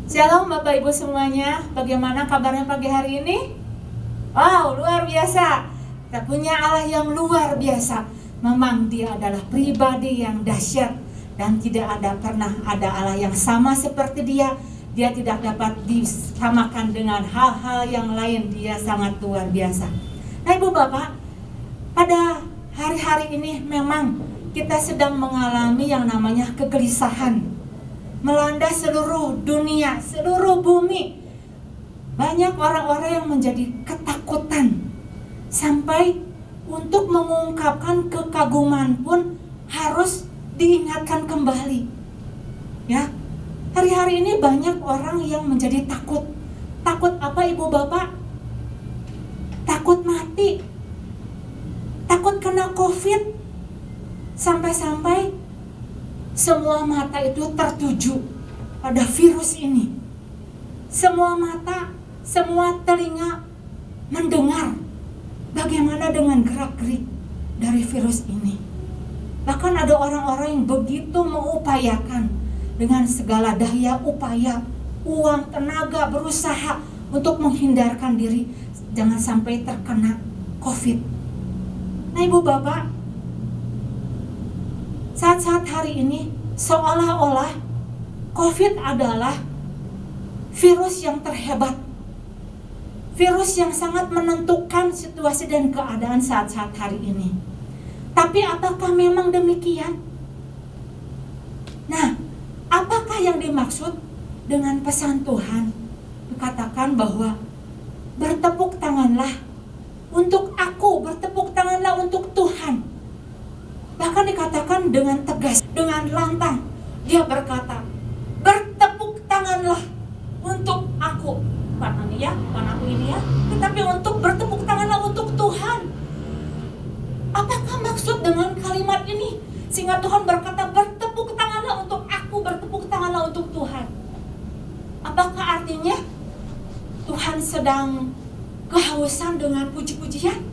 Shalom Bapak Ibu semuanya, bagaimana kabarnya pagi hari ini? Wow, luar biasa. Kita punya Allah yang luar biasa. Memang Dia adalah pribadi yang dahsyat dan tidak pernah ada Allah yang sama seperti Dia. Dia tidak dapat disamakan dengan hal-hal yang lain. Dia sangat luar biasa. Nah Ibu Bapak, pada hari-hari ini memang kita sedang mengalami yang namanya kegelisahan melanda seluruh dunia, seluruh bumi. Banyak orang-orang yang menjadi ketakutan, sampai untuk mengungkapkan kekaguman pun harus diingatkan kembali. Ya, hari-hari ini banyak orang yang menjadi takut. Takut apa Ibu Bapak? Takut mati, takut kena COVID, sampai-sampai semua mata itu tertuju pada virus ini. Semua mata, semua telinga mendengar bagaimana dengan gerak-gerik dari virus ini. Bahkan ada orang-orang yang begitu mengupayakan dengan segala daya upaya, uang, tenaga, berusaha untuk menghindarkan diri jangan sampai terkena COVID. Nah Ibu Bapak, saat-saat hari ini seolah-olah COVID adalah virus yang terhebat, virus yang sangat menentukan situasi dan keadaan saat-saat hari ini. Tapi apakah memang demikian? Nah, apakah yang dimaksud dengan pesan Tuhan? Dikatakan bahwa bertepuk tanganlah untuk aku, bertepuk tanganlah untuk Tuhan. Bahkan dikatakan dengan tegas, dengan lantang. Dia berkata, bertepuk tanganlah untuk aku. Bukan aku ini ya, tetapi untuk bertepuk tanganlah untuk Tuhan. Apakah maksud dengan kalimat ini? Sehingga Tuhan berkata, bertepuk tanganlah untuk aku, bertepuk tanganlah untuk Tuhan. Apakah artinya Tuhan sedang kehausan dengan puji-pujian?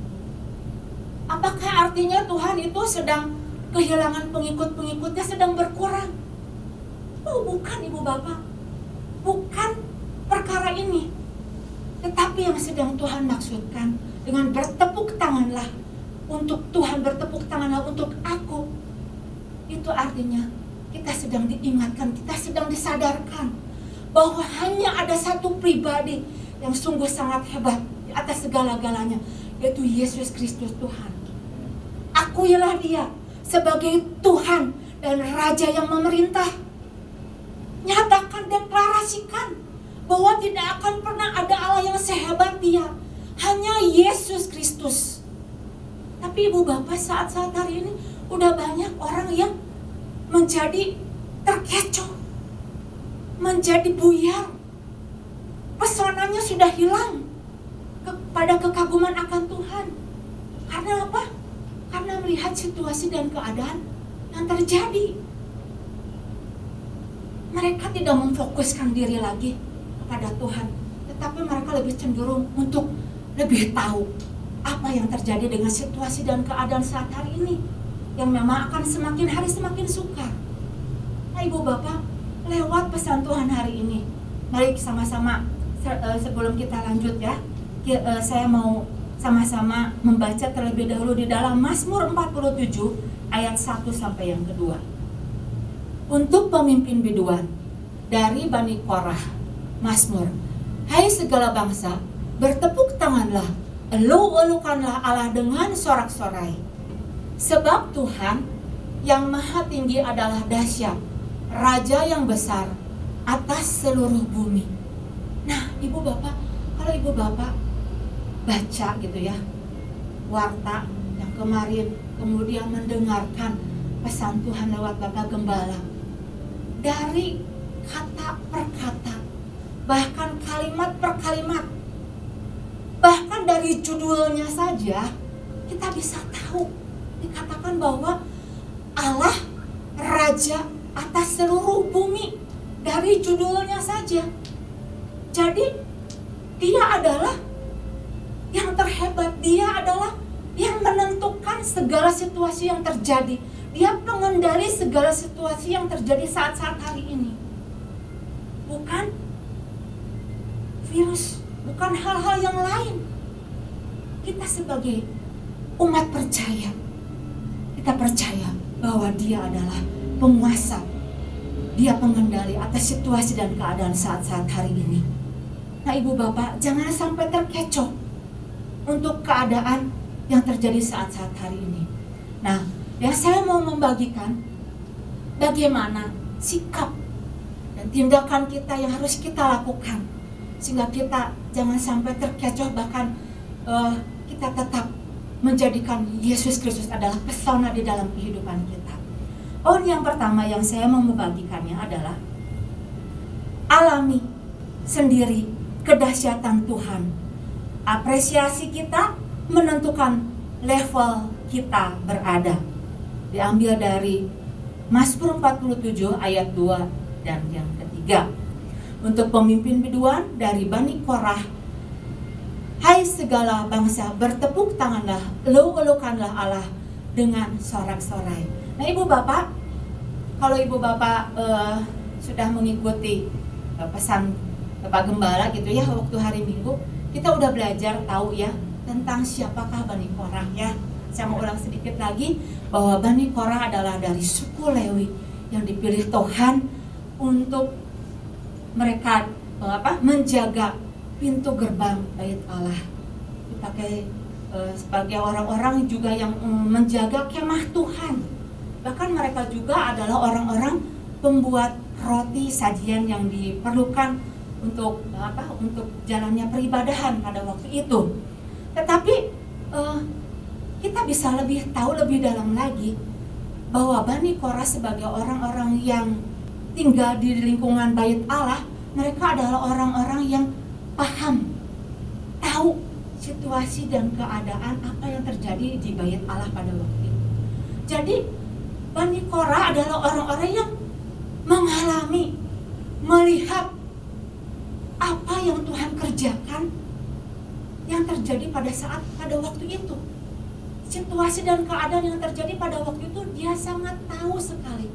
Apakah artinya Tuhan itu sedang kehilangan pengikut-pengikutnya, sedang berkurang? Oh bukan Ibu Bapak, bukan perkara ini. Tetapi yang sedang Tuhan maksudkan dengan bertepuk tanganlah untuk Tuhan, bertepuk tanganlah untuk aku, itu artinya kita sedang diingatkan, kita sedang disadarkan bahwa hanya ada satu pribadi yang sungguh sangat hebat di atas segala-galanya, yaitu Yesus Kristus Tuhan. Akuilah Dia sebagai Tuhan dan Raja yang memerintah. Nyatakan, deklarasikan bahwa tidak akan pernah ada Allah yang sehebat Dia. Hanya Yesus Kristus. Tapi Ibu Bapak, saat-saat hari ini udah banyak orang yang menjadi terkecoh, menjadi buyar. Pesonanya sudah hilang pada kekaguman akan Tuhan. Karena apa? Karena melihat situasi dan keadaan yang terjadi. Mereka tidak memfokuskan diri lagi kepada Tuhan, tetapi mereka lebih cenderung untuk lebih tahu apa yang terjadi dengan situasi dan keadaan saat hari ini, yang memang akan semakin hari semakin sukar. Nah Ibu Bapak, lewat pesan Tuhan hari ini, mari sama-sama sebelum kita lanjut ya, saya mau sama-sama membaca terlebih dahulu di dalam Mazmur 47 ayat 1 sampai yang kedua. Untuk pemimpin biduan dari Bani Korah, Mazmur. Hai segala bangsa, bertepuk tanganlah, elu-elukanlah Allah dengan sorak-sorai. Sebab Tuhan yang maha tinggi adalah dahsyat, Raja yang besar atas seluruh bumi. Nah Ibu Bapak, kalau Ibu Bapak baca gitu ya warta yang kemarin, kemudian mendengarkan pesan Tuhan lewat Bapak Gembala, dari kata per kata, bahkan kalimat per kalimat, bahkan dari judulnya saja kita bisa tahu, dikatakan bahwa Allah Raja atas seluruh bumi. Dari judulnya saja. Jadi Dia adalah yang terhebat, Dia adalah yang menentukan segala situasi yang terjadi. Dia pengendali segala situasi yang terjadi saat-saat hari ini. Bukan virus, bukan hal-hal yang lain. Kita sebagai umat percaya, kita percaya bahwa Dia adalah penguasa, Dia pengendali atas situasi dan keadaan saat-saat hari ini. Nah, Ibu Bapak, jangan sampai terkecoh untuk keadaan yang terjadi saat-saat hari ini. Nah, yang saya mau membagikan bagaimana sikap dan tindakan kita yang harus kita lakukan sehingga kita jangan sampai terkecoh, bahkan kita tetap menjadikan Yesus Kristus adalah pesona di dalam kehidupan kita. Yang pertama yang saya mau membagikannya adalah alami sendiri kedahsyatan Tuhan. Apresiasi kita menentukan level kita berada. Diambil dari Mazmur 47 ayat 2 dan yang ketiga. Untuk pemimpin biduan dari Bani Korah, hai segala bangsa, bertepuk tanganlah, elukanlah Allah dengan sorak-sorai. Nah, Ibu Bapak, kalau Ibu Bapak sudah mengikuti pesan Bapak Gembala gitu ya, waktu hari Minggu, kita udah belajar tahu ya tentang siapakah Bani Korah ya. Saya mau ulang sedikit lagi bahwa Bani Korah adalah dari suku Lewi yang dipilih Tuhan untuk mereka menjaga pintu gerbang bait Allah. Dipakai sebagai orang-orang juga yang menjaga kemah Tuhan. Bahkan mereka juga adalah orang-orang pembuat roti sajian yang diperlukan untuk untuk jalannya peribadahan pada waktu itu. Tetapi kita bisa lebih tahu lebih dalam lagi bahwa Bani Korah sebagai orang-orang yang tinggal di lingkungan bait Allah, mereka adalah orang-orang yang paham, tahu situasi dan keadaan apa yang terjadi di bait Allah pada waktu itu. Jadi Bani Korah adalah orang-orang yang mengalami, melihat apa yang Tuhan kerjakan yang terjadi pada waktu itu. Situasi dan keadaan yang terjadi pada waktu itu dia sangat tahu sekali.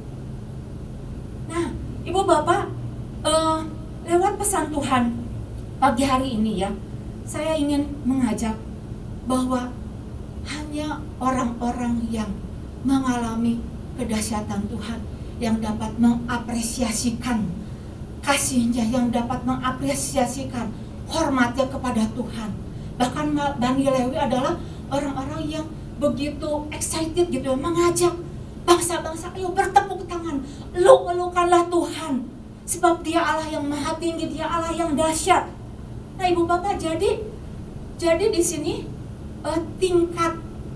Nah, Ibu Bapak, lewat pesan Tuhan pagi hari ini ya, saya ingin mengajak bahwa hanya orang-orang yang mengalami kedahsyatan Tuhan yang dapat mengapresiasikan kasih-Nya, yang dapat mengapresiasikan hormatnya kepada Tuhan. Bahkan Bani Lewi adalah orang-orang yang begitu excited gitu, mengajak bangsa-bangsa, ayo bertepuk tangan, elukanlah Tuhan, sebab Dia Allah yang maha tinggi, Dia Allah yang dahsyat. Nah, Ibu Bapak, jadi di sini tingkat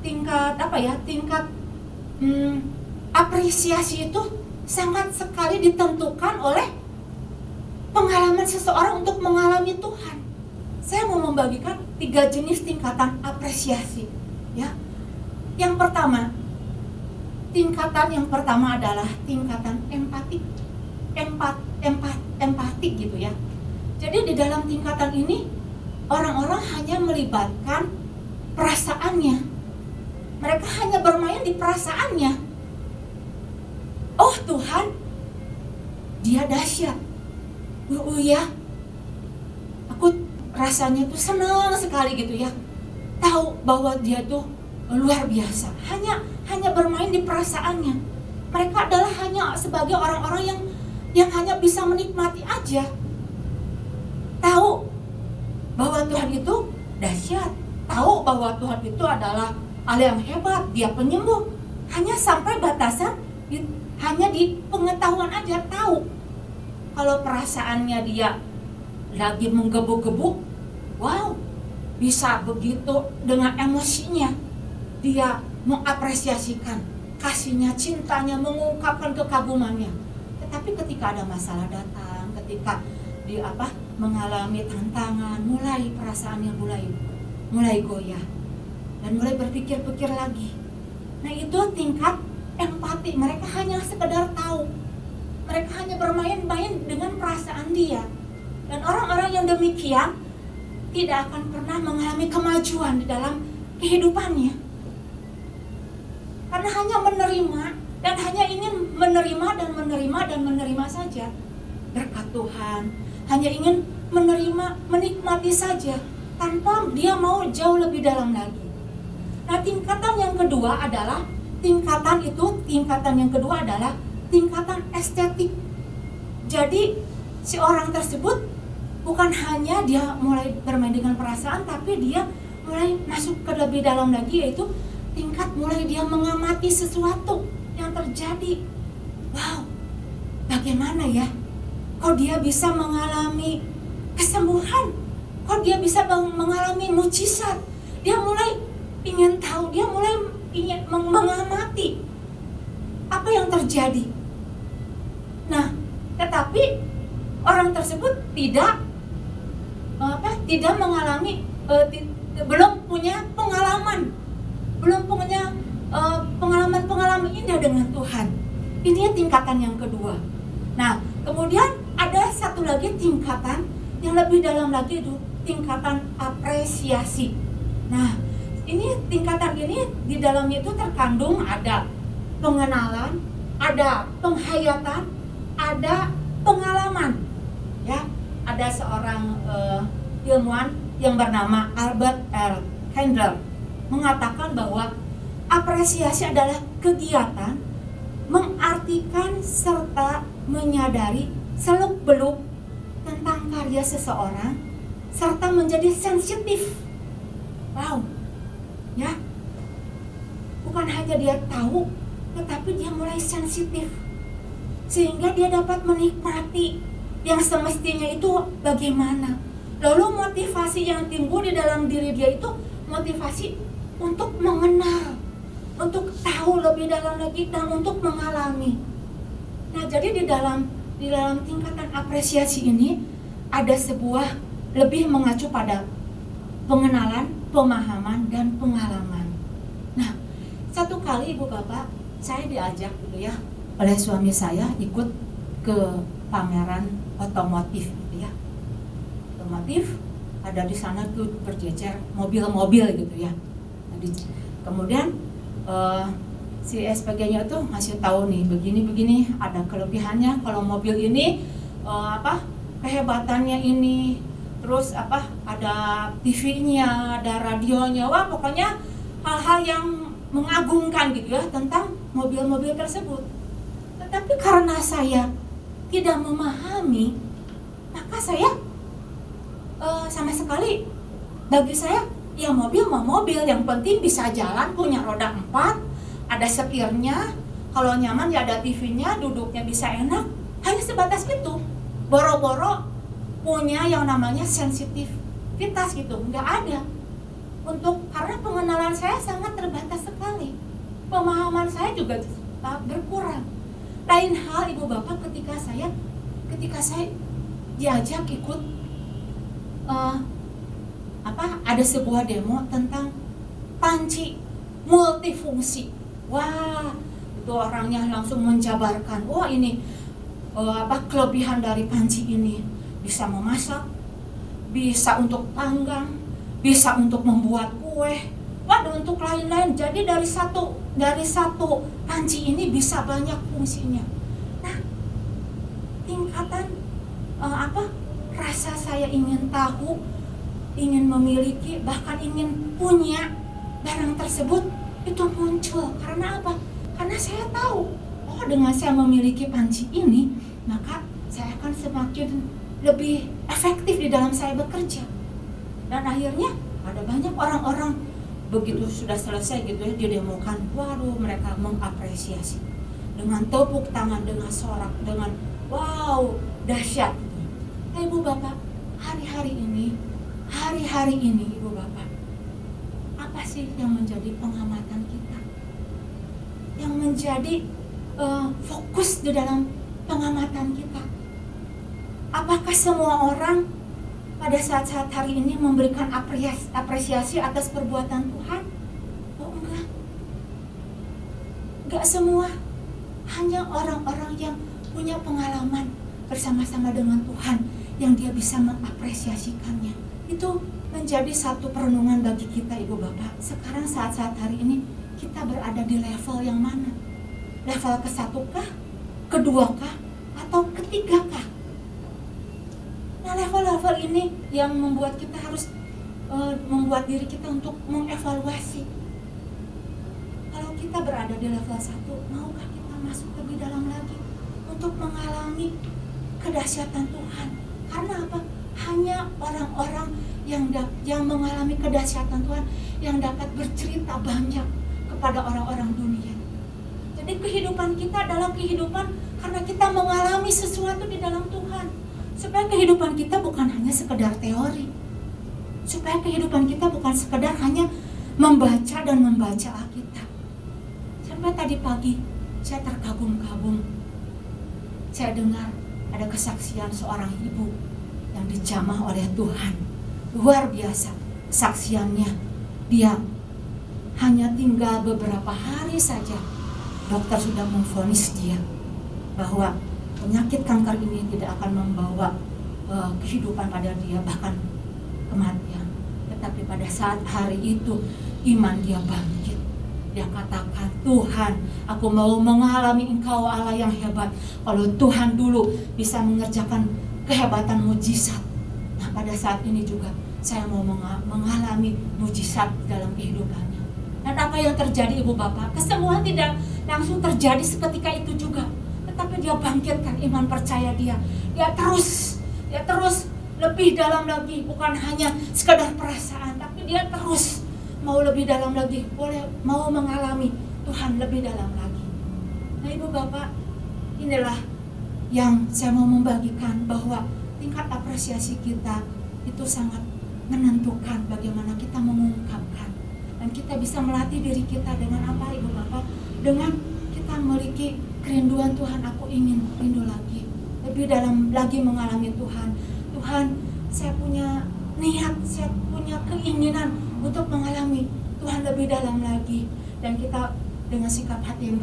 apresiasi itu sangat sekali ditentukan oleh pengalaman seseorang untuk mengalami Tuhan. Saya mau membagikan 3 jenis tingkatan apresiasi ya. Yang pertama, tingkatan yang pertama adalah tingkatan empati gitu ya. Jadi di dalam tingkatan ini orang-orang hanya melibatkan perasaannya. Mereka hanya bermain di perasaannya. Oh Tuhan, Dia dahsyat. Ya, aku rasanya tuh senang sekali gitu ya. Tahu bahwa Dia tuh luar biasa. Hanya bermain di perasaannya. Mereka adalah hanya sebagai orang-orang yang hanya bisa menikmati aja. Tahu bahwa Tuhan itu dahsyat. Tahu bahwa Tuhan itu adalah Allah yang hebat, Dia penyembuh. Hanya sampai batasan hanya di pengetahuan aja tahu. Kalau perasaannya dia lagi menggebu-gebu, wow, bisa begitu dengan emosinya. Dia mengapresiasikan kasihnya, cintanya, mengungkapkan kekagumannya. Tetapi ketika ada masalah datang, ketika dia mengalami tantangan, mulai perasaannya mulai goyah dan mulai berpikir-pikir lagi. Nah, itu tingkat empati. Mereka hanya sekedar tahu. Mereka hanya bermain-main dengan perasaan dia. Dan orang-orang yang demikian tidak akan pernah mengalami kemajuan di dalam kehidupannya. Karena hanya menerima dan hanya ingin menerima saja. berkat Tuhan, hanya ingin menerima, menikmati saja, tanpa dia mau jauh lebih dalam lagi. Nah, tingkatan yang kedua adalah tingkatan estetik. Jadi si orang tersebut bukan hanya dia mulai bermain dengan perasaan, tapi dia mulai masuk ke lebih dalam lagi, yaitu tingkat mulai dia mengamati sesuatu yang terjadi. Wow, bagaimana ya? Kok dia bisa mengalami kesembuhan? Kok dia bisa mengalami mukjizat? Dia mulai ingin tahu, dia mulai ingin mengamati apa yang terjadi. Nah, tetapi orang tersebut tidak mengalami, belum punya pengalaman indah dengan Tuhan. Ini tingkatan yang kedua. Nah, kemudian ada satu lagi tingkatan yang lebih dalam lagi, itu tingkatan apresiasi. Nah, ini tingkatan ini di dalamnya itu terkandung ada pengenalan, ada penghayatan, ada pengalaman. Ya, ada seorang ilmuwan yang bernama Albert L. Handler mengatakan bahwa apresiasi adalah kegiatan mengartikan serta menyadari seluk-beluk tentang karya seseorang serta menjadi sensitif. Wow, ya, bukan hanya dia tahu, tetapi dia mulai sensitif sehingga dia dapat menikmati yang semestinya itu bagaimana. Lalu motivasi yang timbul di dalam diri dia itu motivasi untuk mengenal, untuk tahu lebih dalam lagi, dan untuk mengalami. Nah, jadi di dalam tingkatan apresiasi ini ada sebuah lebih mengacu pada pengenalan, pemahaman, dan pengalaman. Nah, satu kali Ibu Bapak, saya diajak gitu ya oleh suami saya ikut ke pameran otomotif gitu ya. Otomotif, ada di sana tuh berjejer mobil-mobil gitu ya. Kemudian si SPG-nya tuh ngasih tahu nih, begini-begini ada kelebihannya kalau mobil ini, kehebatannya ini, terus ada TV-nya, ada radionya, wah pokoknya hal-hal yang mengagumkan gitu ya tentang mobil-mobil tersebut. Tetapi karena saya tidak memahami, maka saya sama sekali, bagi saya ya mobil mau mobil, yang penting bisa jalan, punya roda 4, ada setirnya, kalau nyaman ya ada TV-nya, duduknya bisa enak, hanya sebatas itu. Boro-boro punya yang namanya sensitivitas gitu, nggak ada. Karena pengenalan saya sangat terbatas sekali, pemahaman saya juga berkurang. Lain hal Ibu Bapak ketika saya diajak ikut ada sebuah demo tentang panci multifungsi. Wah, itu orangnya langsung menjabarkan, wah ini kelebihan dari panci ini, bisa memasak, bisa untuk panggang, bisa untuk membuat kue, waduh, untuk lain-lain. Jadi dari satu panci ini bisa banyak fungsinya. Nah, tingkatan rasa saya ingin tahu, ingin memiliki, bahkan ingin punya barang tersebut itu muncul. Karena apa? Karena saya tahu, oh dengan saya memiliki panci ini, maka saya akan semakin lebih efektif di dalam saya bekerja. Dan akhirnya ada banyak orang-orang begitu sudah selesai gitu ya didemokan, waduh mereka mengapresiasi dengan tepuk tangan, dengan sorak, dengan wow dahsyat. Nah, Ibu Bapak, hari-hari ini Ibu Bapak, apa sih yang menjadi pengamatan kita, yang menjadi fokus di dalam pengamatan kita? Apakah semua orang pada saat-saat hari ini memberikan apresiasi atas perbuatan Tuhan? Oh enggak. Enggak semua. Hanya orang-orang yang punya pengalaman bersama-sama dengan Tuhan yang dia bisa mengapresiasikannya. Itu menjadi satu perenungan bagi kita Ibu Bapak. Sekarang saat-saat hari ini kita berada di level yang mana? Level ke-1 kah? Kedua kah? Atau ketiga kah? level ini yang membuat kita harus membuat diri kita untuk mengevaluasi. Kalau kita berada di level 1, maukah kita masuk lebih dalam lagi untuk mengalami kedahsyatan Tuhan? Karena apa? Hanya orang-orang yang mengalami kedahsyatan Tuhan yang dapat bercerita banyak kepada orang-orang dunia. Jadi kehidupan kita adalah kehidupan karena kita mengalami sesuatu di dalam Tuhan. Supaya kehidupan kita bukan hanya sekedar teori. Supaya kehidupan kita bukan sekedar hanya membaca dan membaca Alkitab. Sampai tadi pagi saya terkagum-kagum. Saya dengar ada kesaksian seorang ibu yang dijamah oleh Tuhan. Luar biasa kesaksiannya. Dia hanya tinggal beberapa hari saja, dokter sudah memvonis dia bahwa penyakit kanker ini tidak akan membawa kehidupan pada dia, bahkan kematian. Tetapi pada saat hari itu iman dia bangkit. Dia katakan, Tuhan, aku mau mengalami Engkau Allah yang hebat. Kalau Tuhan dulu bisa mengerjakan kehebatan mujizat, nah pada saat ini juga saya mau mengalami mujizat dalam kehidupannya. Dan apa yang terjadi Ibu Bapak? Kesembuhan tidak langsung terjadi seketika itu juga, tetapi dia bangkitkan iman percaya dia. Dia terus lebih dalam lagi, bukan hanya sekadar perasaan, tapi dia terus mau lebih dalam lagi, mau mengalami Tuhan lebih dalam lagi. Nah Ibu Bapak, inilah yang saya mau membagikan, bahwa tingkat apresiasi kita itu sangat menentukan bagaimana kita mengungkapkan. Dan kita bisa melatih diri kita dengan apa Ibu Bapak? Dengan kita memiliki kerinduan Tuhan, aku ingin rindu lagi, lebih dalam lagi mengalami Tuhan. Tuhan, saya punya niat, saya punya keinginan untuk mengalami Tuhan lebih dalam lagi. Dan kita dengan sikap hati yang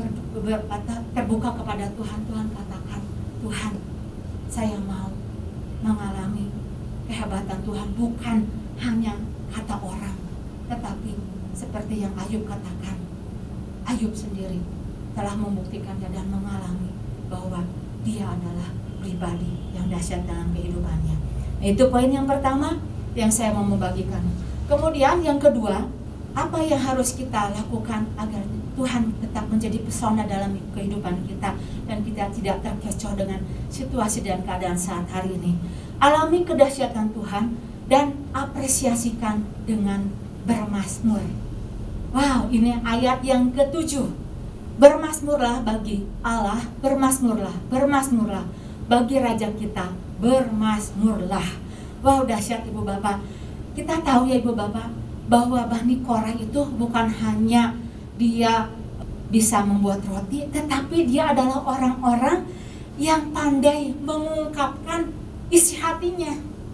terbuka kepada Tuhan, Tuhan katakan, Tuhan, saya mau mengalami kehebatan Tuhan, bukan hanya kata orang, tetapi seperti yang Ayub katakan. Ayub sendiri telah membuktikannya dan mengalami bahwa dia adalah pribadi yang dahsyat dalam kehidupannya. Nah, itu poin yang pertama yang saya mau membagikan. Kemudian yang kedua, apa yang harus kita lakukan agar Tuhan tetap menjadi pesona dalam kehidupan kita dan kita tidak terkecoh dengan situasi dan keadaan saat hari ini. Alami kedahsyatan Tuhan dan apresiasikan dengan bermazmur. Wow, ini ayat yang ke-7. Bermazmurlah bagi Allah, bermazmurlah bagi Raja kita, bermazmurlah. Wow, dahsyat Ibu Bapak. Kita tahu ya Ibu Bapak, bahwa Bani Korah itu bukan hanya dia bisa membuat roti, tetapi dia adalah orang-orang yang pandai mengungkapkan isi hatinya.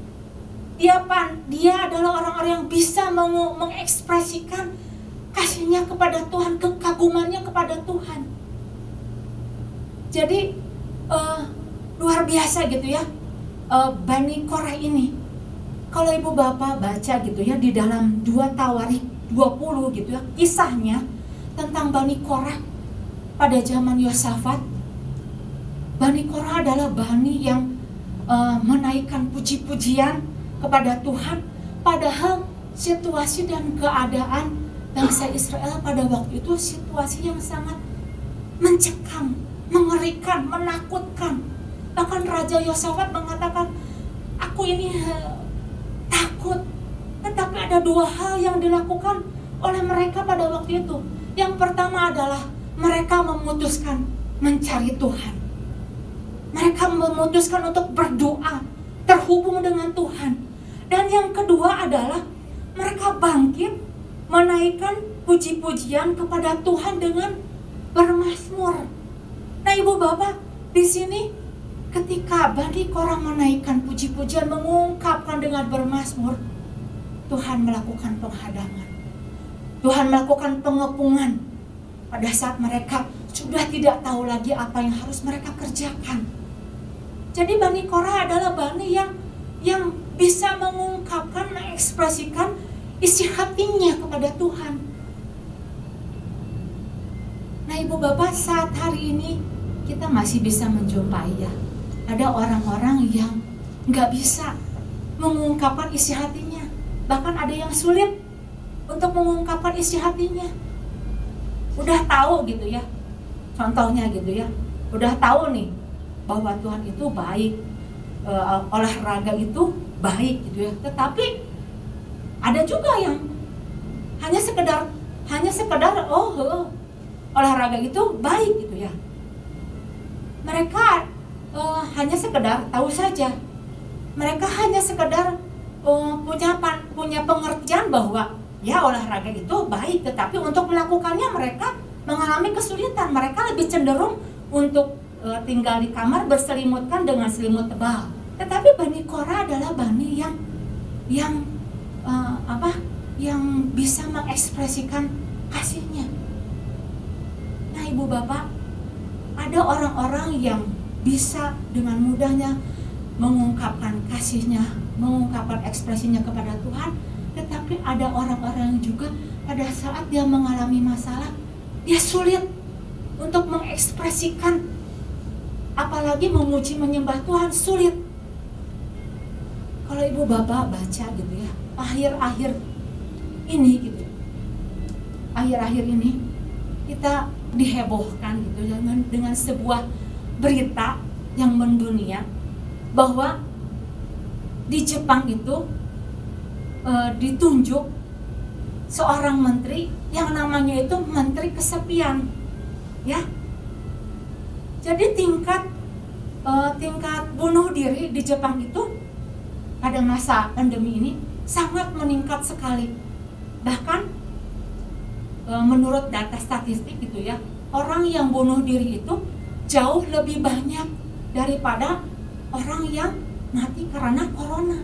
Dia adalah orang-orang yang bisa mengekspresikan kasihnya kepada Tuhan, kekagumannya kepada Tuhan. Jadi luar biasa gitu ya, Bani Korah ini. Kalau Ibu Bapak baca gitu ya di dalam 2 Tawarikh 20 gitu ya, kisahnya tentang Bani Korah pada zaman Yosafat. Bani Korah adalah bani yang menaikkan puji-pujian kepada Tuhan, padahal situasi dan keadaan bangsa Israel pada waktu itu situasi yang sangat mencekam, mengerikan, menakutkan. Bahkan Raja Yosafat mengatakan, aku ini takut. Tetapi ada 2 hal yang dilakukan oleh mereka pada waktu itu. Yang pertama adalah mereka memutuskan mencari Tuhan. Mereka memutuskan untuk berdoa, terhubung dengan Tuhan. Dan yang kedua adalah mereka bangkit menaikkan puji-pujian kepada Tuhan dengan bermazmur. Nah Ibu Bapak, di sini ketika Bani Korah menaikkan puji-pujian, mengungkapkan dengan bermazmur, Tuhan melakukan penghadangan. Tuhan melakukan pengepungan pada saat mereka sudah tidak tahu lagi apa yang harus mereka kerjakan. Jadi Bani Korah adalah bani yang bisa mengungkapkan, mengekspresikan isi hatinya kepada Tuhan. Nah Ibu Bapak, saat hari ini kita masih bisa menjumpai ya, ada orang-orang yang nggak bisa mengungkapkan isi hatinya. Bahkan ada yang sulit untuk mengungkapkan isi hatinya. Udah tahu gitu ya, contohnya gitu ya, udah tahu nih bahwa Tuhan itu baik, olahraga itu baik gitu ya. Tetapi ada juga yang hanya sekedar olahraga itu baik gitu ya. Mereka hanya sekedar tahu saja. Mereka hanya sekedar punya pengertian bahwa ya olahraga itu baik, tetapi untuk melakukannya mereka mengalami kesulitan. Mereka lebih cenderung untuk tinggal di kamar berselimutkan dengan selimut tebal. Tetapi Bani Korah adalah bani yang bisa mengekspresikan kasihnya. Nah, Ibu Bapak, ada orang-orang yang bisa dengan mudahnya mengungkapkan kasihnya, mengungkapkan ekspresinya kepada Tuhan. Tetapi ada orang-orang juga pada saat dia mengalami masalah, dia sulit untuk mengekspresikan, apalagi memuji menyembah Tuhan, sulit. Kalau Ibu Bapak baca gitu ya, akhir-akhir ini kita dihebohkan gitu dengan sebuah berita yang mendunia bahwa di Jepang itu ditunjuk seorang menteri yang namanya itu menteri kesepian, ya. Jadi tingkat bunuh diri di Jepang itu pada masa pandemi ini sangat meningkat sekali. Bahkan menurut data statistik gitu ya, orang yang bunuh diri itu jauh lebih banyak daripada orang yang mati karena corona.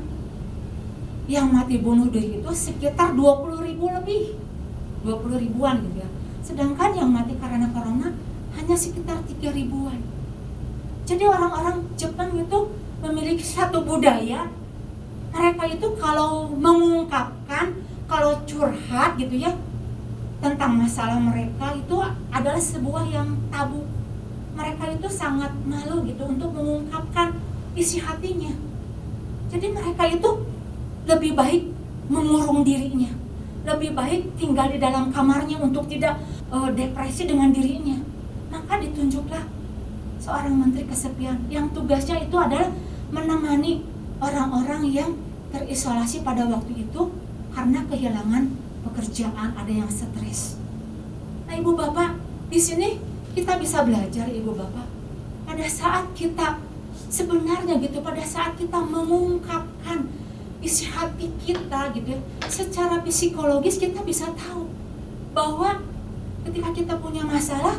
Yang mati bunuh diri itu sekitar 20.000 lebih, 20 ribuan gitu ya. Sedangkan yang mati karena corona hanya sekitar 3 ribuan. Jadi orang-orang Jepang itu memiliki satu budaya. Mereka itu kalau mengungkapkan, kalau curhat gitu ya tentang masalah mereka, itu adalah sebuah yang tabu. Mereka itu sangat malu gitu untuk mengungkapkan isi hatinya. Jadi mereka itu lebih baik mengurung dirinya, lebih baik tinggal di dalam kamarnya untuk tidak depresi dengan dirinya. Maka ditunjuklah seorang menteri kesepian yang tugasnya itu adalah menemani orang-orang yang terisolasi pada waktu itu karena kehilangan pekerjaan, ada yang stres. Nah, Ibu Bapak, di sini kita bisa belajar, Ibu Bapak, pada saat kita sebenarnya gitu, pada saat kita mengungkapkan isi hati kita gitu ya, secara psikologis kita bisa tahu bahwa ketika kita punya masalah,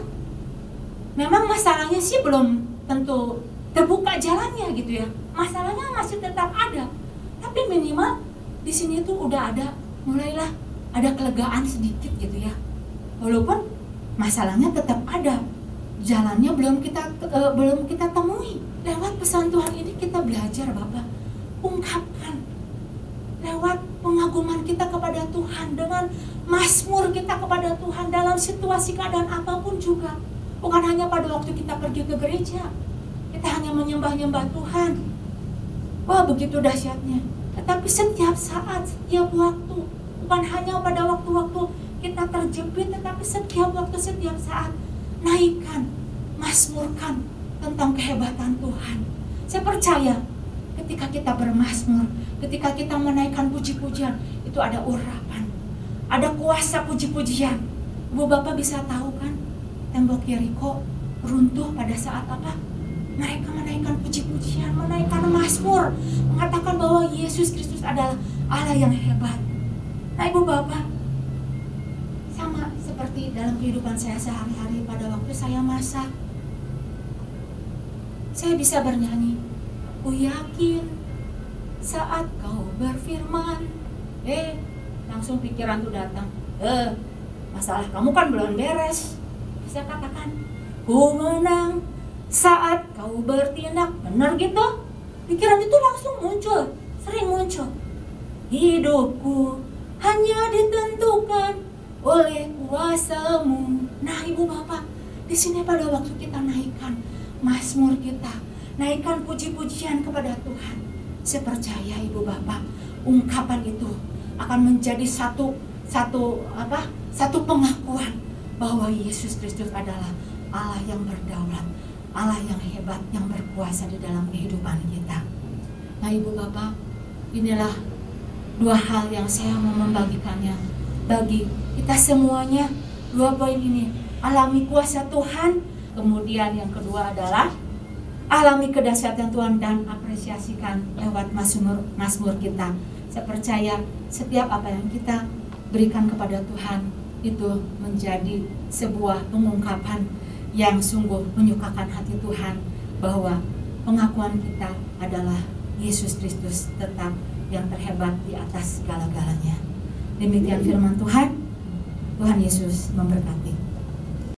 memang masalahnya sih belum tentu terbuka jalannya gitu ya, masalahnya masih tetap ada, tapi minimal di sini tuh udah ada, mulailah ada kelegaan sedikit gitu ya, walaupun masalahnya tetap ada, jalannya belum kita temui. Lewat pesan Tuhan ini kita belajar, Bapak, ungkapkan lewat pengaguman kita kepada Tuhan, dengan mazmur kita kepada Tuhan dalam situasi keadaan apapun juga. Bukan hanya pada waktu kita pergi ke gereja, kita hanya menyembah-nyembah Tuhan, wah begitu dahsyatnya. Tetapi setiap saat, setiap waktu, bukan hanya pada waktu-waktu kita terjepit, tetapi setiap waktu, setiap saat, naikkan, mazmurkan tentang kehebatan Tuhan. Saya percaya ketika kita bermazmur, ketika kita menaikkan puji-pujian, itu ada urapan, ada kuasa puji-pujian. Ibu Bapak bisa tahu kan, tembok Yeriko runtuh pada saat apa? Mereka menaikkan puji-pujian, menaikkan mazmur, mengatakan bahwa Yesus Kristus adalah Allah yang hebat. Nah, Ibu Bapak, sama seperti dalam kehidupan saya sehari-hari, pada waktu saya masak, saya bisa bernyanyi, "Ku yakin saat kau berfirman," langsung pikiran tuh datang, masalah kamu kan belum beres. Saya katakan, "Ku menang saat kau bertindak." Benar gitu, pikiran itu langsung muncul, sering muncul. Hidupku hanya ditentukan oleh kuasa-Mu. Nah, Ibu Bapak, di sini pada waktu kita naikkan mazmur kita, naikkan puji-pujian kepada Tuhan, Saya percaya Ibu Bapak, ungkapan itu akan menjadi satu pengakuan bahwa Yesus Kristus adalah Allah yang berdaulat, Allah yang hebat, yang berkuasa di dalam kehidupan kita. Nah Ibu Bapak, inilah dua hal yang saya mau membagikannya bagi kita semuanya. Dua poin ini, alami kuasa Tuhan. Kemudian yang kedua adalah alami kedahsyatan Tuhan dan apresiasikan lewat mazmur kita. Saya percaya setiap apa yang kita berikan kepada Tuhan itu menjadi sebuah pengungkapan yang sungguh menyukakan hati Tuhan, bahwa pengakuan kita adalah Yesus Kristus tetap yang terhebat di atas segala-galanya. Demikian firman Tuhan. Tuhan Yesus memberkati.